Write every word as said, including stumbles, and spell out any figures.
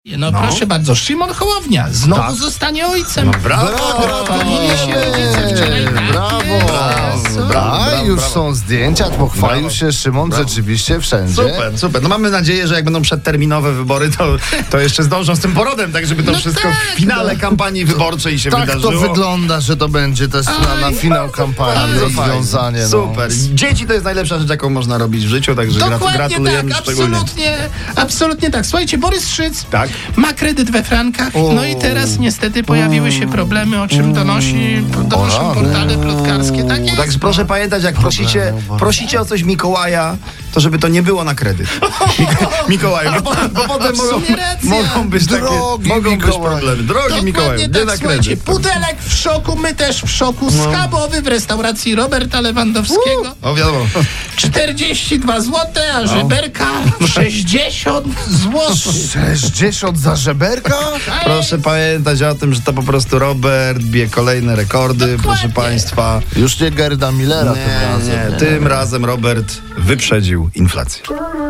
No, no proszę bardzo, Szymon Hołownia znowu tak. zostanie ojcem. No, brawo! Pochwalili się rodzice wczoraj. Brawo! brawo, brawo A już brawo. są zdjęcia, pochwalił brawo. się Szymon brawo. rzeczywiście wszędzie. Super, super. No mamy nadzieję, że jak będą przedterminowe wybory, to, to jeszcze zdążą z tym porodem, tak żeby to no wszystko tak, w finale no. kampanii wyborczej się tak wydarzyło. Tak to wygląda, że to będzie też na, na finał kampanii rozwiązanie. Super. No. Dzieci to jest najlepsza rzecz, jaką można robić w życiu, także Dokładnie gratulujemy tak, szczególnie. Absolutnie, absolutnie tak. Słuchajcie, Borys Szyc tak? ma kredyt we frankach, o. no i teraz niestety pojawiły się problemy, o czym donosi, donoszą portale plotkarskie. Tak jest. Także proszę pamiętać, jak prosicie, prosicie o coś Mikołaja, to żeby to nie było na kredyt. Mikołaju, bo, bo potem mogą, mogą być takie mogą być problemy. Drogi Mikołaju, nie tak, na słuchajcie, pudelek w szoku, my też w szoku. No. Schabowy w restauracji Roberta Lewandowskiego. O, wiadomo. czterdzieści dwa złote, a żeberka sześćdziesiąt złotych. sześćdziesiąt za żeberka? Proszę pamiętać o tym, że to po prostu Robert bije kolejne rekordy, Dokładnie. proszę państwa. Już nie Gerda Millera nie, tym razem. Nie, tym razem Robert wyprzedził inflację.